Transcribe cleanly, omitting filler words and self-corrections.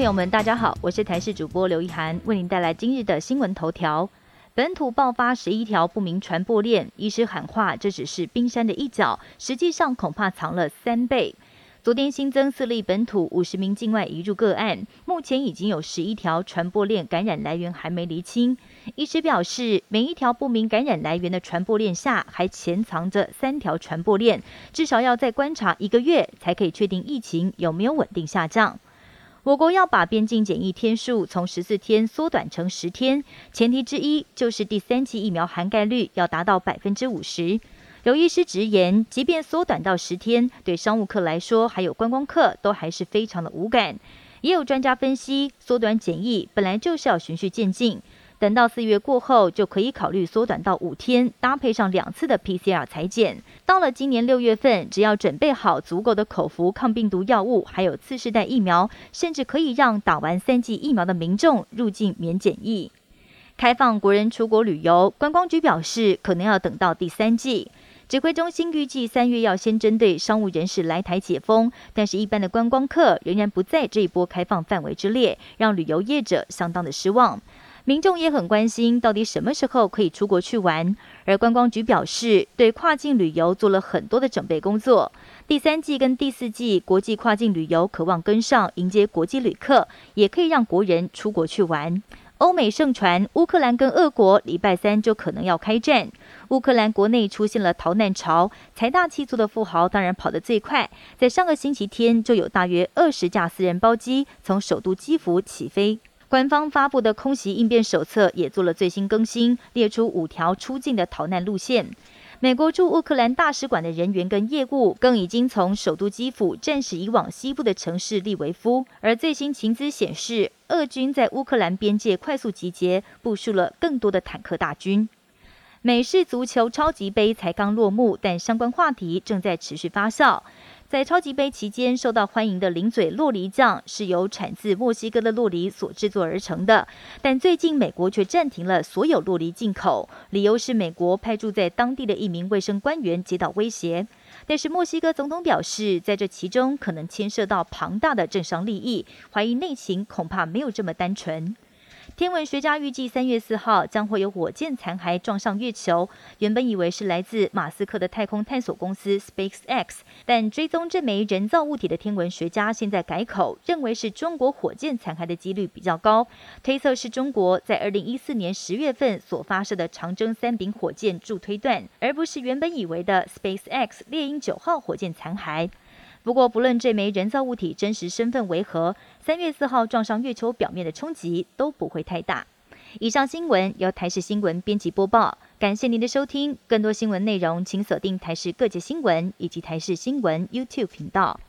友们，大家好，我是台视主播刘一涵，为您带来今日的新闻头条。本土爆发11条不明传播链，医师喊话，这只是冰山的一角，实际上恐怕藏了3倍。昨天新增4例本土50名境外移入个案，目前已经有11条传播链感染来源还没厘清。医师表示，每一条不明感染来源的传播链下，还潜藏着3条传播链，至少要再观察1个月，才可以确定疫情有没有稳定下降。我国要把边境检疫天数从14天缩短成10天，前提之一就是第3剂疫苗涵盖率要达到50%。有医师直言，即便缩短到10天，对商务客来说，还有观光客，都还是非常的无感。也有专家分析，缩短检疫本来就是要循序渐进，等到4月过后，就可以考虑缩短到5天，搭配上2次的 PCR 采检。到了今年6月份，只要准备好足够的口服抗病毒药物，还有次世代疫苗，甚至可以让打完3剂疫苗的民众入境免检疫。开放国人出国旅游，观光局表示，可能要等到第3剂。指挥中心预计3月要先针对商务人士来台解封，但是一般的观光客仍然不在这一波开放范围之列，让旅游业者相当的失望。民众也很关心，到底什么时候可以出国去玩？而观光局表示，对跨境旅游做了很多的准备工作。第3季跟第4季国际跨境旅游渴望跟上，迎接国际旅客，也可以让国人出国去玩。欧美盛传，乌克兰跟俄国礼拜3就可能要开战。乌克兰国内出现了逃难潮，财大气粗的富豪当然跑得最快。在上个星期天，就有大约20架私人包机从首都基辅起飞。官方发布的空袭应变手册也做了最新更新，列出5条出境的逃难路线。美国驻乌克兰大使馆的人员跟业务更已经从首都基辅暂时移往西部的城市利维夫，而最新情资显示，俄军在乌克兰边界快速集结，部署了更多的坦克大军。美式足球超级杯才刚落幕，但相关话题正在持续发酵。在超级杯期间受到欢迎的零嘴酪梨酱是由产自墨西哥的酪梨所制作而成的，但最近美国却暂停了所有酪梨进口，理由是美国派驻在当地的一名卫生官员接到威胁。但是墨西哥总统表示，在这其中可能牵涉到庞大的政商利益，怀疑内情恐怕没有这么单纯。天文学家预计3月4号将会有火箭残骸撞上月球，原本以为是来自马斯克的太空探索公司 SpaceX， 但追踪这枚人造物体的天文学家现在改口，认为是中国火箭残骸的几率比较高，推测是中国在2014年10月份所发射的长征3丙火箭助推断，而不是原本以为的 SpaceX 猎鹰9号火箭残骸。不过，不论这枚人造物体真实身份为何，3月4号撞上月球表面的冲击都不会太大。以上新闻由台视新闻编辑播报，感谢您的收听。更多新闻内容，请锁定台视各界新闻以及台视新闻 YouTube 频道。